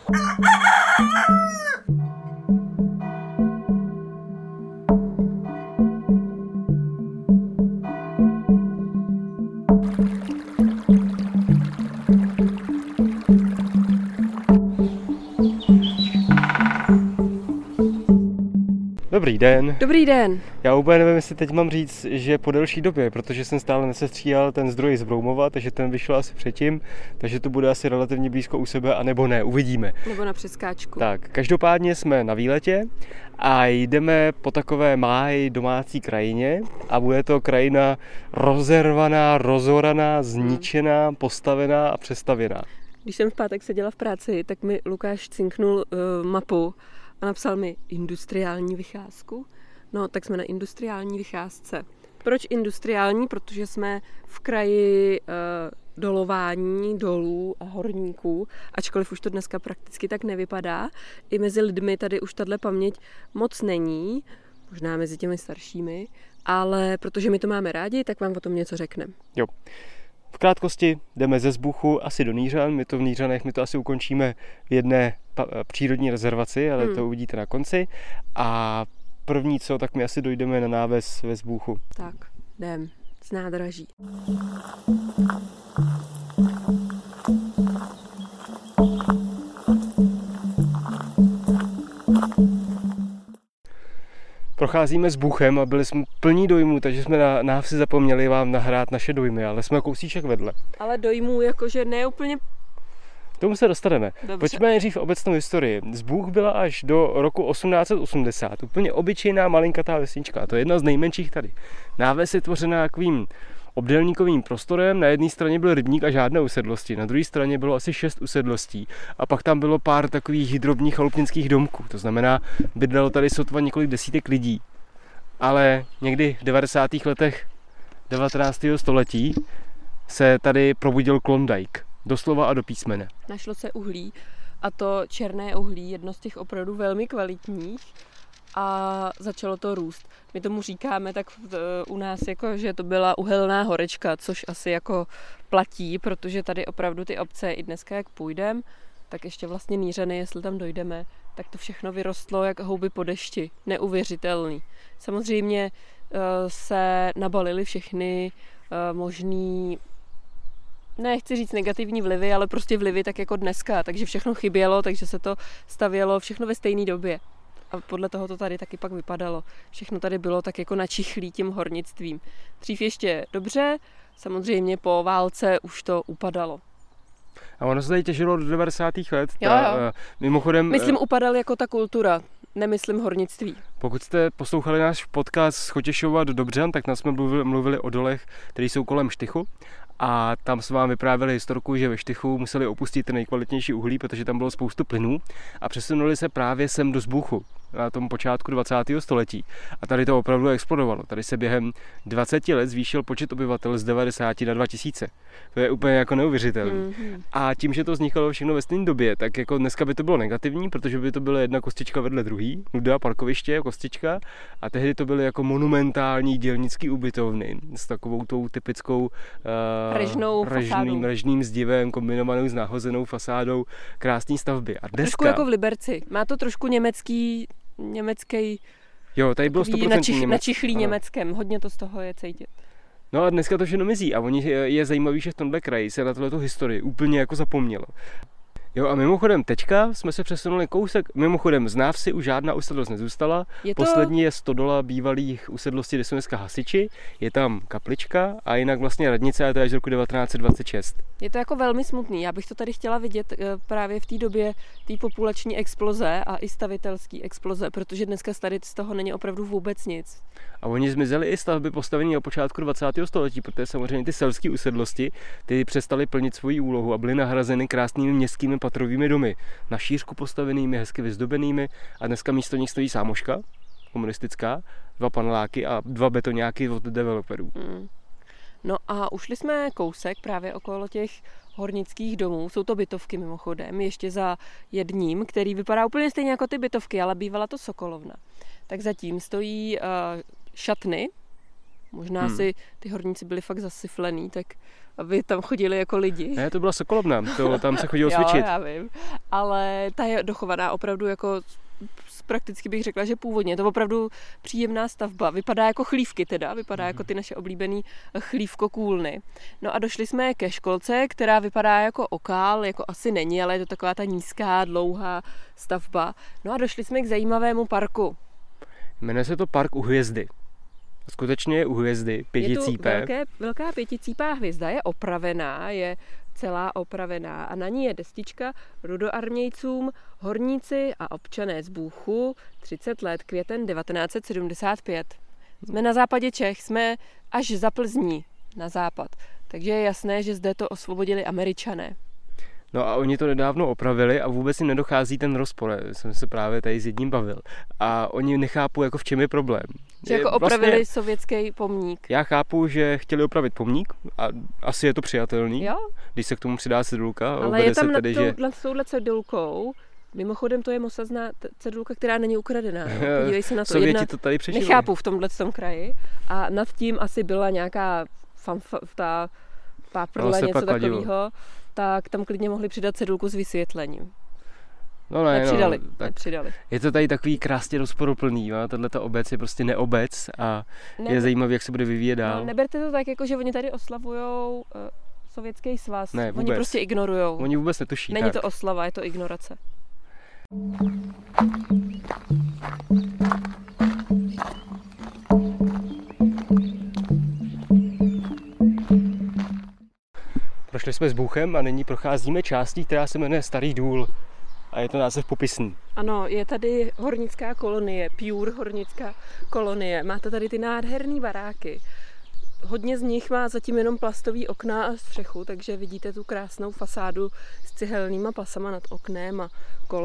Dobrý den. Dobrý den. Já úplně nevím, jestli teď mám říct, že po delší době, protože jsem stále nesestříhal ten zdroj z Broumova, takže ten vyšel asi předtím, takže to bude asi relativně blízko u sebe, anebo ne, uvidíme. Nebo na přeskáčku. Tak, každopádně jsme na výletě a jdeme po takové máj domácí krajině a bude to krajina rozervaná, rozoraná, zničená, postavená a přestavěná. Když jsem v pátek seděla v práci, tak mi Lukáš cinknul mapu a napsal mi industriální vycházku. No, tak jsme na industriální vycházce. Proč industriální? Protože jsme v kraji dolování, dolů a horníků, ačkoliv už to dneska prakticky tak nevypadá. I mezi lidmi tady už tahle paměť moc není, možná mezi těmi staršími, ale protože my to máme rádi, tak vám o tom něco řekneme. Jo. V krátkosti jdeme ze Zbuchu asi do Nířan, my to v Nířanech, my to asi ukončíme v jedné přírodní rezervaci, ale to uvidíte na konci. A první co, tak my asi dojdeme na náves ve Zbuchu. Tak, jdem z nádraží. Procházíme Zbuchem a byli jsme plní dojmů, takže jsme na návsi zapomněli vám nahrát naše dojmy, ale jsme kousíček vedle. Ale dojmů jakože ne úplně... K tomu se dostaneme. Dobře. Pojďme nejdřív obecnou historii. Zbuch byla až do roku 1880 úplně obyčejná malinkatá vesnička. To je jedna z nejmenších tady. Náves je tvořena takovým obdélníkovým prostorem. Na jedné straně byl rybník a žádné usedlosti. Na druhé straně bylo asi 6 usedlostí. A pak tam bylo pár takových drobných chalupnických domků. To znamená, bydlelo tady sotva několik desítek lidí. Ale někdy v 90. letech 19. století se tady probudil Klondike. Doslova a do písmene. Našlo se uhlí, a to černé uhlí, jedno z těch opravdu velmi kvalitních, a začalo to růst. My tomu říkáme tak u nás, jako, že to byla uhelná horečka, což asi jako platí, protože tady opravdu ty obce i dneska, jak půjdem, tak ještě vlastně Nířany, jestli tam dojdeme, tak to všechno vyrostlo jak houby po dešti. Neuvěřitelný. Samozřejmě se nabalily všechny možný, nechci říct negativní vlivy, ale prostě vlivy tak jako dneska, takže všechno chybělo, takže se to stavělo všechno ve stejné době. A podle toho to tady taky pak vypadalo. Všechno tady bylo tak jako načichlý tím hornictvím. Dřív ještě dobře, samozřejmě po válce už to upadalo. A ono se tady těžilo do 90. let. Jo. Mimochodem... Myslím, upadal jako ta kultura, nemyslím hornictví. Pokud jste poslouchali náš podcast z Chotěšova do Dobřan, tak tam jsme mluvili o dolech, které jsou kolem Štychu. A tam jsme vám vyprávěli historku, že ve Štychu museli opustit ten nejkvalitnější uhlí, protože tam bylo spoustu plynů a přesunuli se právě sem do Zbuchu na tom počátku 20. století. A tady to opravdu explodovalo. Tady se během 20 let zvýšil počet obyvatel z 90 na 2000. To je úplně jako neuvěřitelné. A tím, že to vznikalo všechno ve stejné době, tak jako dneska by to bylo negativní, protože by to byla jedna kostička vedle druhý, nuda, parkoviště, kostička, a tehdy to byly jako monumentální dělnický ubytovny s takovou tou typickou režným zdivem kombinovanou s nahozenou fasádou, krásné stavby. A dneska, trošku jako v Liberci. Má to trošku německý, jo, tady bylo 100% načichlý německém. Hodně to z toho je cítit. No a dneska to všechno mizí a je zajímavý, že v tomhle kraji se na tohleto historii úplně jako zapomnělo. Jo, a mimochodem teďka jsme se přesunuli kousek, mimochodem z návsi už žádná usedlost nezůstala. Poslední je stodola bývalých usedlostí, kde jsou dneska hasiči, je tam kaplička a jinak vlastně radnice, a to je až z roku 1926. Je to jako velmi smutný, já bych to tady chtěla vidět právě v té době té populační exploze a i stavitelské exploze, protože dneska tady z toho není opravdu vůbec nic. A oni zmizeli i stavby postavené na počátku 20. století, protože samozřejmě ty selské usedlosti, ty přestaly plnit svoji úlohu a byly nahrazeny krásnými městskými patrovými domy, na šířku postavenými, hezky vyzdobenými, a dneska místo nich stojí sámoška komunistická, 2 paneláky a 2 betoňáky od developerů. No a ušli jsme kousek právě okolo těch hornických domů, jsou to bytovky mimochodem, ještě za jedním, který vypadá úplně stejně jako ty bytovky, ale bývala to sokolovna. Tak zatím stojí šatny, Možná si ty horníci byli fakt zasyflený, tak aby tam chodili jako lidi. Ne, to byla sokolovna, tam se chodilo cvičit. Jo, já vím, ale ta je dochovaná opravdu jako prakticky bych řekla, že původně. Je to opravdu příjemná stavba. Vypadá jako chlívky teda, vypadá jako ty naše oblíbený chlívkokůlny. No a došli jsme ke školce, která vypadá jako okál, jako asi není, ale je to taková ta nízká, dlouhá stavba. No a došli jsme k zajímavému parku. Jmenuje se to Park u hvězdy. Skutečně je u hvězdy, pěticípé. Je tu velká pěticípá hvězda, je opravená, je celá opravená a na ní je destička rudoarmějcům, horníci a občané z Bůchu, 30 let, květen 1975. Jsme na západě Čech, jsme až za Plzní na západ, takže je jasné, že zde to osvobodili Američané. No a oni to nedávno opravili a vůbec jim nedochází ten rozpor. Jsem se právě tady s jedním bavil. A oni nechápou, jako v čem je problém. Že jako opravili sovětský pomník. Já chápu, že chtěli opravit pomník a asi je to přijatelný, jo? Když se k tomu přidá cedulka. Ale je tam nad touhle cedulkou, mimochodem to je mosazná cedulka, která není ukradená. Podívej se na to. Sověti to tady přežili. Nechápu v tomhletom kraji. A nad tím asi byla nějaká páprle, něco takového. Tak tam klidně mohli přidat cedulku s vysvětlením. Nepřidali. Je to tady takový krásně rozporuplný. Tato obec je prostě neobec a je zajímavý, jak se bude vyvíjet dál. No, neberte to tak, jako že oni tady oslavujou Sovětský svaz. Ne, oni prostě ignorujou. Oni vůbec netuší. Není to oslava, je to ignorace. Prošli jsme s Bůchem a nyní procházíme částí, která se jmenuje Starý důl. A je to název popisný. Ano, je tady hornická kolonie, Pure hornická kolonie. Máte tady ty nádherný baráky. Hodně z nich má zatím jenom plastový okna a střechu, takže vidíte tu krásnou fasádu s cihelnýma pasama nad oknem a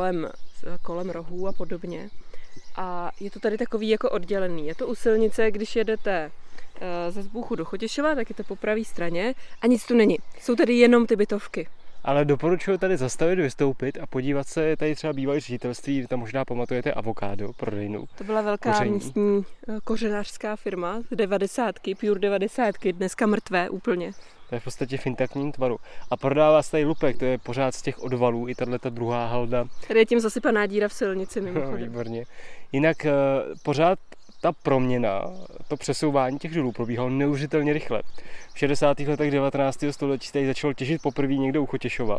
kolem rohů a podobně. A je to tady takový jako oddělený. Je to u silnice, když jedete ze Zbůchu do Chotěšova, tak je to po pravé straně a nic tu není. Jsou tady jenom ty bytovky. Ale doporučuji tady zastavit, vystoupit a podívat se, tady třeba bývalé ředitelství, tam možná pamatujete Avokádo, prodejnu. To byla velká místní kořenářská firma, 90, Pure 90, dneska mrtvé úplně. To je v podstatě v intaktním tvaru. A prodává se tady lupek, to je pořád z těch odvalů, i tato druhá halda. Tady je tím zasypaná díra v silnici mimochodem. Výborně. Jinak pořád ta proměna, to přesouvání těch dolů probíhalo neuvěřitelně rychle. V 60. letech 19. století tady začalo těžit poprvé někde u Chotěšova.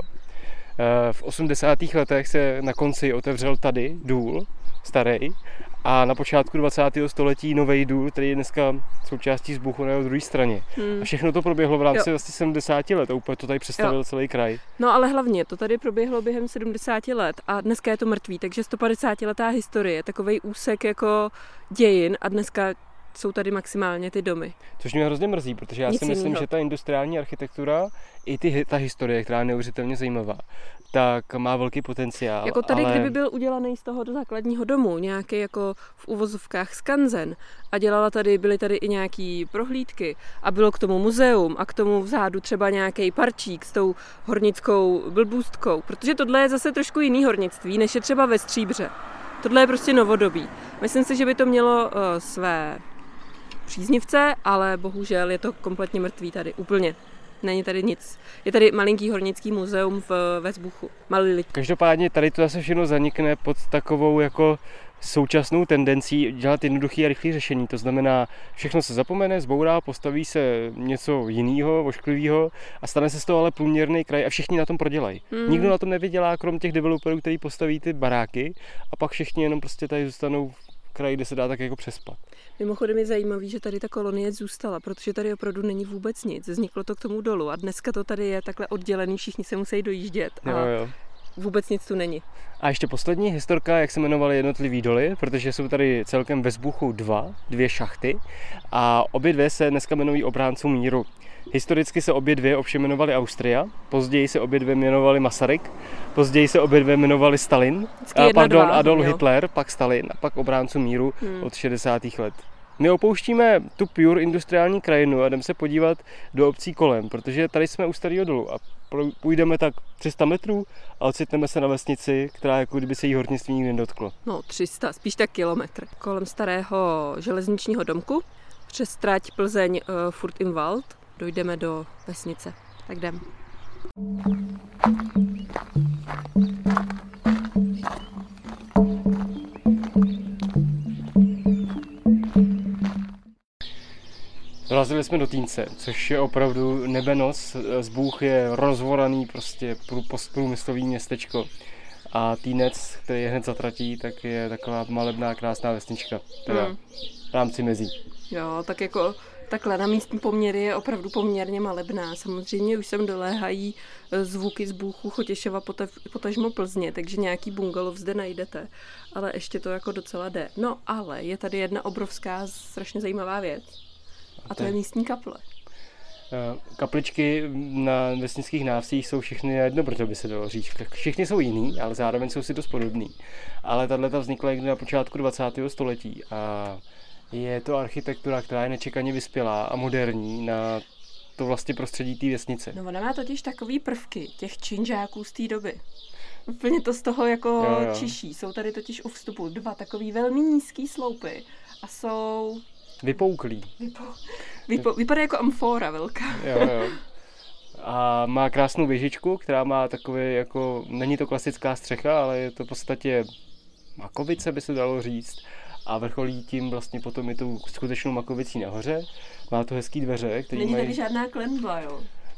V 80. letech se na konci otevřel tady důl, starý, a na počátku 20. století nový důl, který je dneska součástí Zbůchu na jeho druhé straně. A všechno to proběhlo v rámci asi 70 let a úplně to tady představil celý kraj. No ale hlavně to tady proběhlo během 70 let a dneska je to mrtvý, takže 150letá historie, takovej úsek jako dějin a dneska jsou tady maximálně ty domy. Což mě hrozně mrzí, protože já si myslím, že ta industriální architektura i ta historie, která je neuvěřitelně zajímavá, tak má velký potenciál. Jako tady, kdyby byl udělaný z toho základního domu nějaký jako v uvozovkách skanzen a byly tady i nějaký prohlídky a bylo k tomu muzeum a k tomu vzadu třeba nějaký parčík s tou hornickou blbůstkou, protože tohle je zase trošku jiný hornictví, než je třeba ve Stříbře. Tohle je prostě novodobí. Myslím si, že by to mělo své příznivce, ale bohužel je to kompletně mrtvý tady, úplně. Není tady nic. Je tady malinký hornický muzeum ve Zbůchu. Malý lid. Každopádně tady to zase všechno zanikne pod takovou jako současnou tendencí dělat jednoduché a rychlé řešení. To znamená, všechno se zapomene, zbourá, postaví se něco jiného, ošklivého a stane se z toho ale průměrný kraj a všichni na tom prodělají. Nikdo na tom nevydělá, krom těch developerů, kteří postaví ty baráky a pak všichni jenom prostě tady zůstanou kraji, kde se dá tak jako přespat. Mimochodem je zajímavý, že tady ta kolonie zůstala, protože tady opravdu není vůbec nic. Vzniklo to k tomu dolu a dneska to tady je takhle oddělený, všichni se musí dojíždět a vůbec nic tu není. A ještě poslední historka, jak se jmenovaly jednotlivý doly, protože jsou tady celkem ve Zbůchu dvě šachty a obě dvě se dneska jmenují Obránců míru. Historicky se obě dvě ovšem jmenovaly Austria, později se obě dvě jmenovali Masaryk, později se obě dvě jmenovali Stalin, Adolf Hitler, pak Stalin a pak Obránců míru od 60. let. My opouštíme tu Pure industriální krajinu a jdeme se podívat do obcí kolem, protože tady jsme u Starého dolu a půjdeme tak 300 metrů a ocitneme se na vesnici, která jako kdyby se jí hornictví nikdy nedotklo. No 300, spíš tak kilometr. Kolem starého železničního domku. přes trať Plzeň Furt im Wald dojdeme do vesnice. Tak jdem. Dorazili jsme do Týnce, což je opravdu nebenos. Zbůh je rozvoraný prostě postprůmyslový městečko. A Týnec, který je hned za tratí, tak je taková malebná, krásná vesnička. Teda v rámci mezí. Jo, tak jako takhle na místní poměry je opravdu poměrně malebná. Samozřejmě už sem doléhají zvuky z Bůchu, Chotěšova, potažmo Plzně, takže nějaký bungalov zde najdete. Ale ještě to jako docela jde. No ale je tady jedna obrovská, strašně zajímavá věc. A to je místní kaple. Kapličky na vesnických návsích jsou všechny jedno, protože by se dalo říct. Všichni jsou jiný, ale zároveň jsou si dost podobný. Ale tato vznikla někdy na počátku 20. století a je to architektura, která je nečekaně vyspělá a moderní na to vlastně prostředí té vesnice. No ona má totiž takový prvky těch činžáků z té doby. Úplně to z toho jako čiší. Jsou tady totiž u vstupu 2 takový velmi nízký sloupy a jsou vypouklý. Vypadá jako amfora velká. Jo. A má krásnou věžičku, která má takové jako, není to klasická střecha, ale je to v podstatě makovice, by se dalo říct. A vrcholí tím vlastně potom i tu skutečnou makovicí nahoře. Má to hezký dveře, které není tady žádná klenba, jo.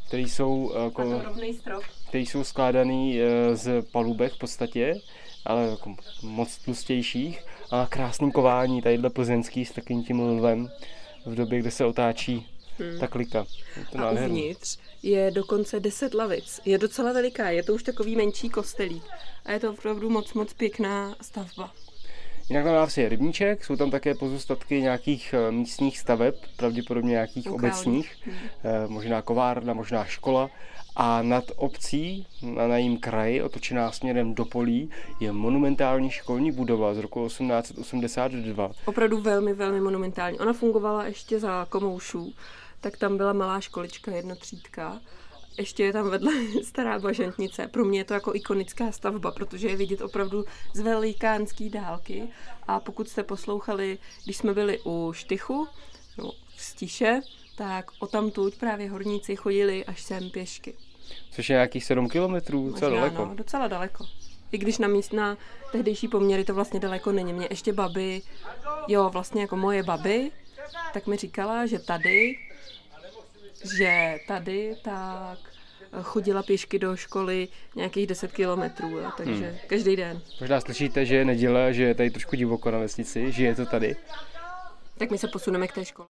Které jsou skládaný z palubek v podstatě, ale jako moc tlustějších. A krásný kování, tadyhle plzeňský s takým tím lvem v době, kdy se otáčí ta klika. A uvnitř je dokonce 10 lavic. Je docela veliká, je to už takový menší kostelík. A je to opravdu moc pěkná stavba. Jinak na návsi je rybníček, jsou tam také pozůstatky nějakých místních staveb, pravděpodobně nějakých obecních, možná kovárna, možná škola. A nad obcí, na jejím kraji, otočená směrem do polí, je monumentální školní budova z roku 1882. Opravdu velmi, velmi monumentální. Ona fungovala ještě za komoušů, tak tam byla malá školička, jednotřídka. Ještě je tam vedle stará bažantnice. Pro mě je to jako ikonická stavba, protože je vidět opravdu z velikánský dálky. A pokud jste poslouchali, když jsme byli u Štychu, no, v Stiše, tak odtamtud právě horníci chodili až sem pěšky. Což je nějakých 7 kilometrů, docela daleko. No, docela daleko. I když na tehdejší poměry to vlastně daleko není. Mě ještě babi, vlastně jako moje babi, tak mi říkala, že tady tak chodila pěšky do školy nějakých 10 kilometrů, takže každý den. Možná slyšíte, že je neděle, že je tady trošku divoko na vesnici, že je to tady. Tak my se posuneme k té škole.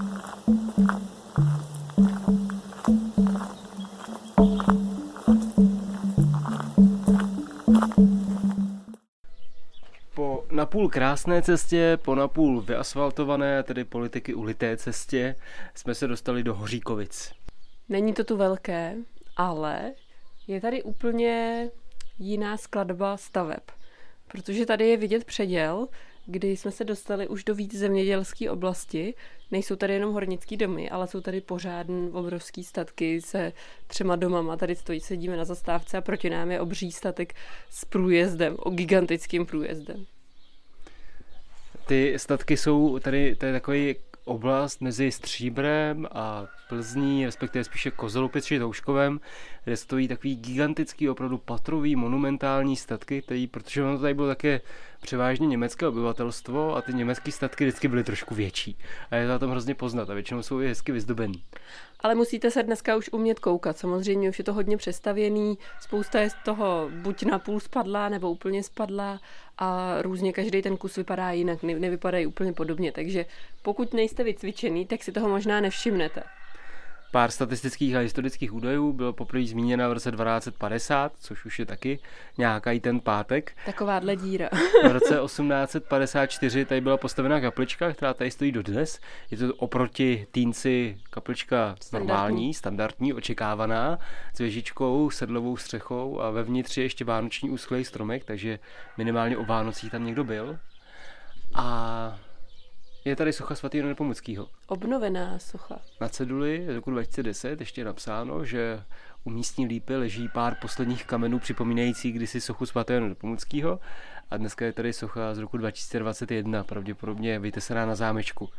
Po napůl krásné cestě, po napůl vyasfaltované, tedy politiky ulité cestě, jsme se dostali do Hoříkovic. Není to tu velké, ale je tady úplně jiná skladba staveb, protože tady je vidět předěl, kdy jsme se dostali už do víc zemědělské oblasti. Nejsou tady jenom hornický domy, ale jsou tady pořádný obrovský statky se 3 domama. Tady sedíme na zastávce a proti nám je obří statek s průjezdem, gigantickým průjezdem. Ty statky jsou tady, to je takový oblast mezi Stříbrem a Plzní, respektive spíše Kozelupic či Touškovem, kde stojí takový gigantický, opravdu patrový, monumentální statky, protože ono tady bylo také převážně německé obyvatelstvo a ty německé statky vždycky byly trošku větší. A je to na tom hrozně poznat a většinou jsou i hezky vyzdobený. Ale musíte se dneska už umět koukat. Samozřejmě už je to hodně přestavěný, spousta je z toho buď napůl spadlá nebo úplně spadlá a různě každý ten kus vypadá jinak, nevypadají úplně podobně. Takže pokud nejste vycvičený, tak si toho možná nevšimnete. Pár statistických a historických údajů bylo poprvé zmíněna v roce 1250, což už je taky nějaký ten pátek. Takováhle díra. V roce 1854 tady byla postavená kaplička, která tady stojí dodnes. Je to oproti Týnci kaplička normální, standardní, očekávaná, s věžičkou, sedlovou střechou a vevnitř je ještě vánoční uschlej stromek, takže minimálně o Vánocích tam někdo byl. A je tady socha svatého Nepomuckého. Obnovená socha. Na ceduli z roku 2010 ještě napsáno, že u místní lípy leží pár posledních kamenů připomínající kdysi sochu svatého Nepomuckého a dneska je tady socha z roku 2021, pravděpodobně vytesaná na zámečku.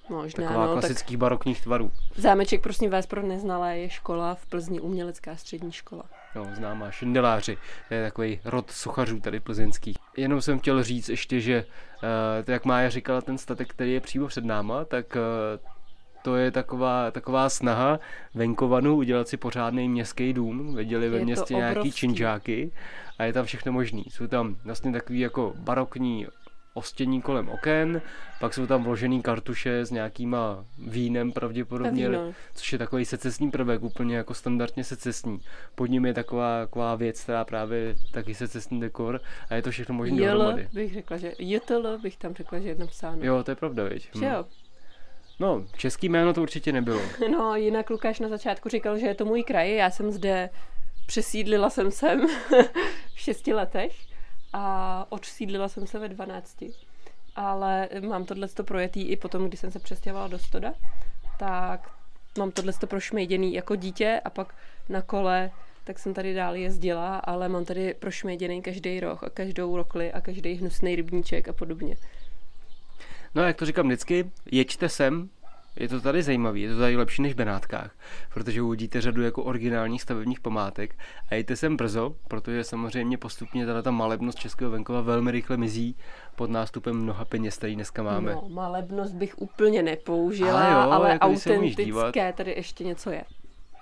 Možná, taková no, klasických barokních tvarů. Zámeček, prosím vás, pro neznalé, je škola v Plzni, umělecká střední škola. No, známá Šindeláři, to je takový rod sochařů tady plzeňských. Jenom jsem chtěl říct ještě, že to, jak Mája říkala, ten statek, který je přímo před náma, tak to je taková snaha venkovanu udělat si pořádný městský dům. Viděli ve městě nějaký činžáky a je tam všechno možný. Jsou tam vlastně takový jako barokní ostění kolem oken, pak jsou tam vložený kartuše s nějakýma vínem pravděpodobně, což je takový secesní prvek, úplně jako standardně secesní. Pod ním je taková věc, která právě taky secesní dekor a je to všechno možný dohromady. Bych řekla, že JTL bych tam řekla, že je napsáno. Jo, to je pravda, viď? Že jo? No, český jméno to určitě nebylo. No, jinak Lukáš na začátku říkal, že je to můj kraj, já jsem zde přesídlila jsem sem v 6 letech a odsídlila jsem se ve 12. Ale mám tohleto projetý i potom, když jsem se přestěhovala do Stoda, tak mám tohleto prošmejděný jako dítě a pak na kole, tak jsem tady dál jezdila, ale mám tady prošmejděný každý roh a každou rokli a každý hnusný rybníček a podobně. No, jak to říkám vždycky, jeďte sem, je to tady zajímavý, je to tady lepší než v Benátkách, protože uvidíte řadu jako originálních stavebních památek a jejte sem brzo, protože samozřejmě postupně ta malebnost českého venkova velmi rychle mizí pod nástupem mnoha peněz, který dneska máme. No, malebnost bych úplně nepoužila, ale jako autentické tady ještě něco je.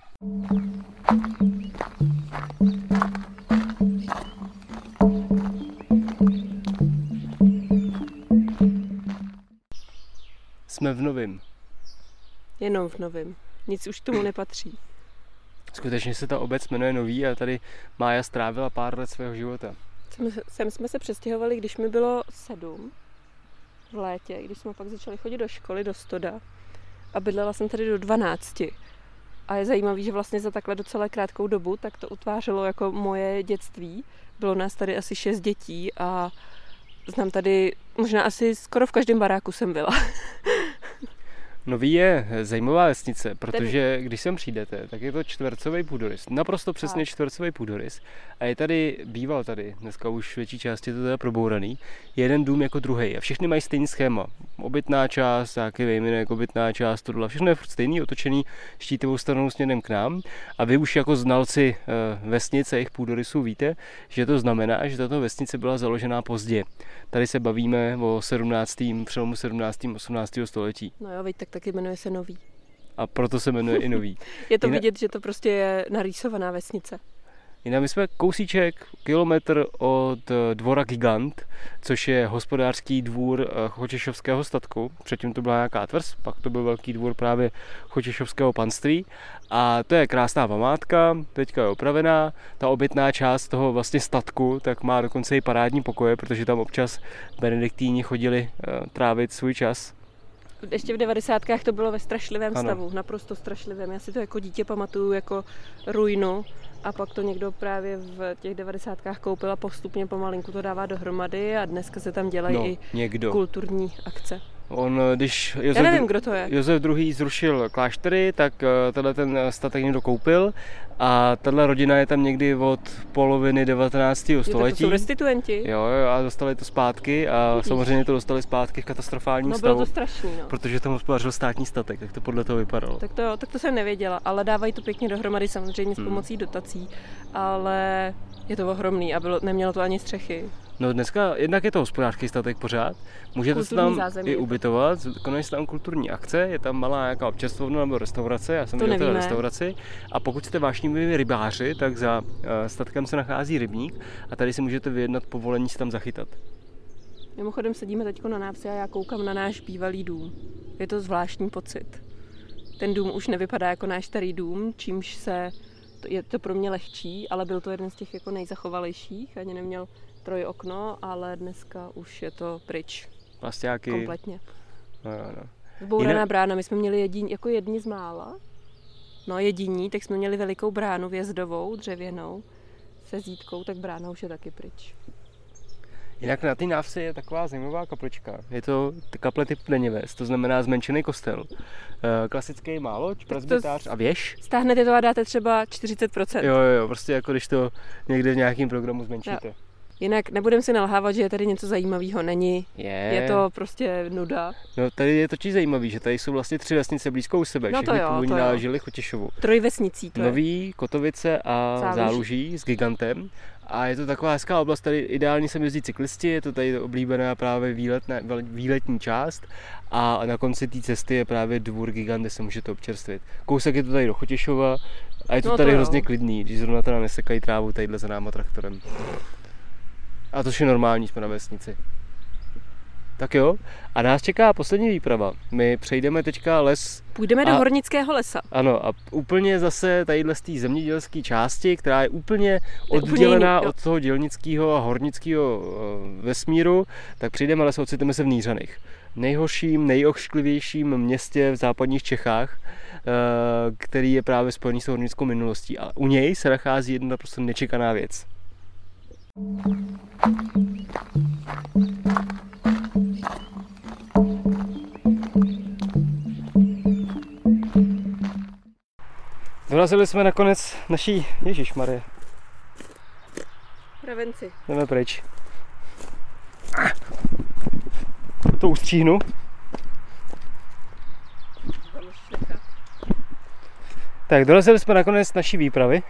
Jsme v Novém. Jenom v Novém. Nic už tomu nepatří. Skutečně se ta obec jmenuje Nový a tady Mája strávila pár let svého života. Sem jsme se přestěhovali, když mi bylo 7 v létě, když jsme pak začali chodit do školy, do Stoda a bydlela jsem tady do 12. A je zajímavý, že vlastně za takhle docela krátkou dobu tak to utvářelo jako moje dětství. Bylo nás tady asi 6 dětí a znám tady, možná asi skoro v každém baráku jsem byla. Nový je zajímavá vesnice, protože když sem přijdete, tak je to čtvercový půdorys. Naprosto přesně čtvercový půdorys. A býval tady, dneska už větší části je to teda probouraný, jeden dům jako druhý. A všechny mají stejný schéma. Obytná část, nějaký vejminek, obytná část, tohle. Všechno je furt stejný, otočený štítovou stranou směrem k nám. A vy už jako znalci vesnice jejich půdorysů víte, že to znamená, že tato vesnice byla založená pozdě. Tady se bavíme o přelomu 17. 18. století. No jo, tak taky jmenuje se Nový. A proto se jmenuje i Nový. Je to vidět, že to prostě je narýsovaná vesnice. Jinak my jsme kousíček, kilometr od dvora Gigant, což je hospodářský dvůr Chotěšovského statku. Předtím to byla nějaká tvrz, pak to byl velký dvůr právě Chotěšovského panství. A to je krásná památka, teďka je opravená. Ta obytná část toho vlastně statku tak má dokonce i parádní pokoje, protože tam občas benediktíni chodili trávit svůj čas. Ještě v 90. to bylo ve strašlivém stavu, naprosto strašlivém. Já si to jako dítě pamatuju jako ruinu a pak to někdo právě v těch 90. koupil a postupně pomalinku to dává dohromady a dneska se tam dělají i kulturní akce. Když Josef II. Zrušil kláštery, tak tenhle ten statek někdo koupil a tahle rodina je tam někdy od poloviny 19. století. To jsou restituenti. Jo, a dostali to zpátky a samozřejmě to dostali zpátky v katastrofálním stavu. Bylo to strašný, protože tam hospodařil státní statek, tak to podle toho vypadalo. Tak to jsem nevěděla, ale dávají to pěkně dohromady samozřejmě s pomocí dotací, ale je to ohromný a nemělo to ani střechy. No dneska jednak je to hospodářský statek pořád, můžete se tam i ubytovat, konají se tam kulturní akce, je tam malá nějaká občerstvovna nebo restaurace, já jsem viděl restauraci a pokud jste vášniví rybáři, tak za statkem se nachází rybník a tady si můžete vyjednat povolení se tam zachytat. Mimochodem sedíme teď na návsi a já koukám na náš bývalý dům. Je to zvláštní pocit. Ten dům už nevypadá jako náš starý dům, čímž je to pro mě lehčí, ale byl to jeden z těch jako nejzachovalejších, ani neměl trojokno, ale dneska už je to pryč. Plastiáky. Kompletně. No. Zbouraná brána, my jsme měli jedni z mála. No jediní, tak jsme měli velikou bránu vjezdovou, dřevěnou, se zítkou, tak brána už je taky pryč. Jinak na té návsi je taková zajímavá kaplička. Je to kaple typ Neněves, to znamená zmenšený kostel. Klasický máloč, presbytář a věž. Stáhnete to a dáte třeba 40%. Jo, prostě jako když to někde v nějakém programu zmenšíte. Jo. Jinak nebudem si nalhávat, že je tady něco zajímavého. Není. Je to prostě nuda. No tady je totiž zajímavý, že tady jsou vlastně 3 vesnice blízko u sebe. No Všichni původní náleželi Chotěšovu. Trojvesnicí to je. Nový, Kotovice a Záluží s gigantem. A je to taková hezká oblast, tady ideálně sem jezdí cyklisti, je to tady oblíbená právě výletní část a na konci té cesty je právě dvůr Gigant, kde se můžete občerstvit. Kousek je to tady do Chotěšova a je to tady hrozně klidný, když zrovna teda nesekají trávu tadyhle za náma traktorem. A to je normální, jsme na vesnici. Tak jo, a nás čeká poslední výprava. My přejdeme teďka les. Půjdeme do Hornického lesa. Ano, a úplně zase tadyhle z té zemědělské části, která je úplně oddělená od toho dělnického a hornického vesmíru, tak přijdeme les a ocitneme se v Nířanech. Nejhorším, nejochšklivějším městě v západních Čechách, který je právě spojený s hornickou minulostí. A u něj se nachází jedna naprosto nečekaná věc. Dorazili jsme nakonec naší Ježišmarje. Mravenci. Jdeme pryč. To ustříhnu. Tak, dorazili jsme nakonec naší výpravy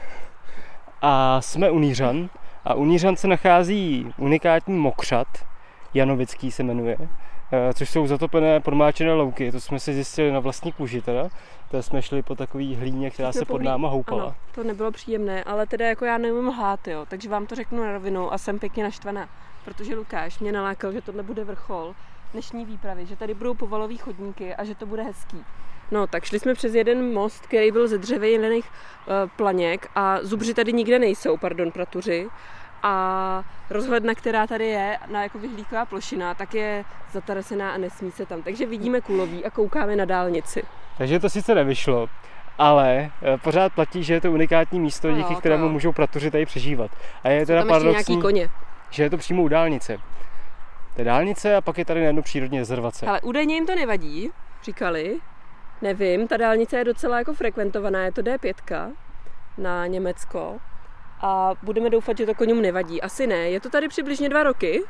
a jsme u Nířan. A u Nířan se nachází unikátní mokřad, Janovický se jmenuje, což jsou zatopené podmáčené louky. To jsme si zjistili na vlastní kůži teda. To jsme šli po takový hlíně, která se pod náma houpala. Ano, to nebylo příjemné, ale teda jako já neumím lhát, jo, takže vám to řeknu na rovinu a jsem pěkně naštvaná, protože Lukáš mě nalákal, že tohle bude vrchol dnešní výpravy, že tady budou povalový chodníky a že to bude hezký. No, tak šli jsme přes jeden most, který byl ze dřevěných planěk a zubři tady nikde nejsou, pratuři. A rozhledna, která tady je na jako vyhlídková plošina, tak je zatarasená a nesmí se tam. Takže vidíme kuloví a koukáme na dálnici. Takže to sice nevyšlo, ale pořád platí, že je to unikátní místo, díky kterému můžou pratuři tady přežívat. A je teda paradoxní, že je to přímo u dálnice. To je dálnice a pak je tady najednou přírodní rezervace. Ale údajně jim to nevadí, říkali. Nevím, ta dálnice je docela jako frekventovaná, je to D5 na Německo. A budeme doufat, že to koňům nevadí. Asi ne. Je to tady přibližně 2 roky.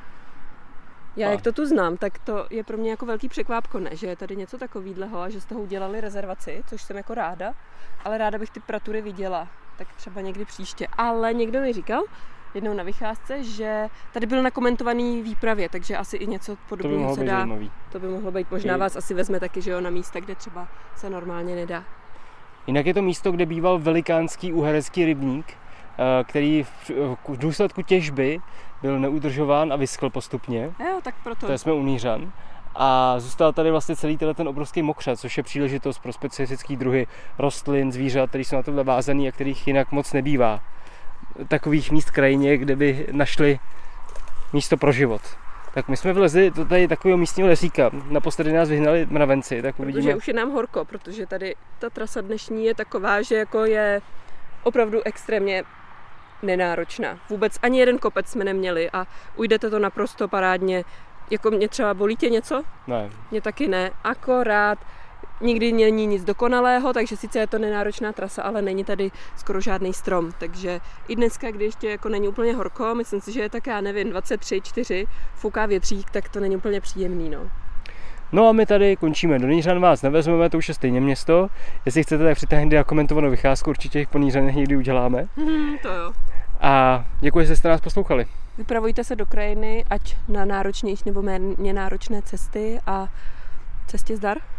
Já jak to tu znám, tak to je pro mě jako velký překvápko, ne? Že je tady něco takovýhleho a že z toho udělali rezervaci, což jsem jako ráda. Ale ráda bych ty pratury viděla. Tak třeba někdy příště. Ale někdo mi říkal jednou na vycházce, že tady byl na komentovaný výpravě, takže asi i něco podobného se dá. Zajímavý. To by mohlo být. Možná vás asi vezme taky, že jo, na místa, kde třeba se normálně nedá. Jinak je to místo, kde býval velikánský uherecký rybník, který v důsledku těžby byl neudržován a vyschl postupně. Jo, tak proto. To jsme u Nířan. A zůstal tady vlastně celý ten obrovský mokřad, což je příležitost pro specifické druhy rostlin, zvířat, které jsou na tohle vázaný a kterých jinak moc nebývá. Takových míst v krajině, kde by našli místo pro život. Tak my jsme vlezli do tady takového místního lesíka. Naposledy nás vyhnali mravenci, tak uvidíme. Protože už je nám horko, protože tady ta trasa dnešní je taková, že jako je opravdu extrémně nenáročná. Vůbec ani jeden kopec jsme neměli a ujdete to naprosto parádně. Jako mě třeba bolí tě něco? Ne. Mě taky ne. Akorát nikdy není nic dokonalého, takže sice je to nenáročná trasa, ale není tady skoro žádný strom. Takže i dneska, když ještě jako není úplně horko, myslím si, že je tak, já nevím, 23-4, fouká větřík, tak to není úplně příjemný, no. No a my tady končíme. Do Nířan vás nevezmeme, to už je stejně město. Jestli chcete, tak přijďte a komentovanou vycházku, určitě jich po Nířanech někdy uděláme. To jo. A děkuji, že jste nás poslouchali. Vypravujte se do krajiny, ať na náročnější nebo méně náročné cesty a cestě zdar.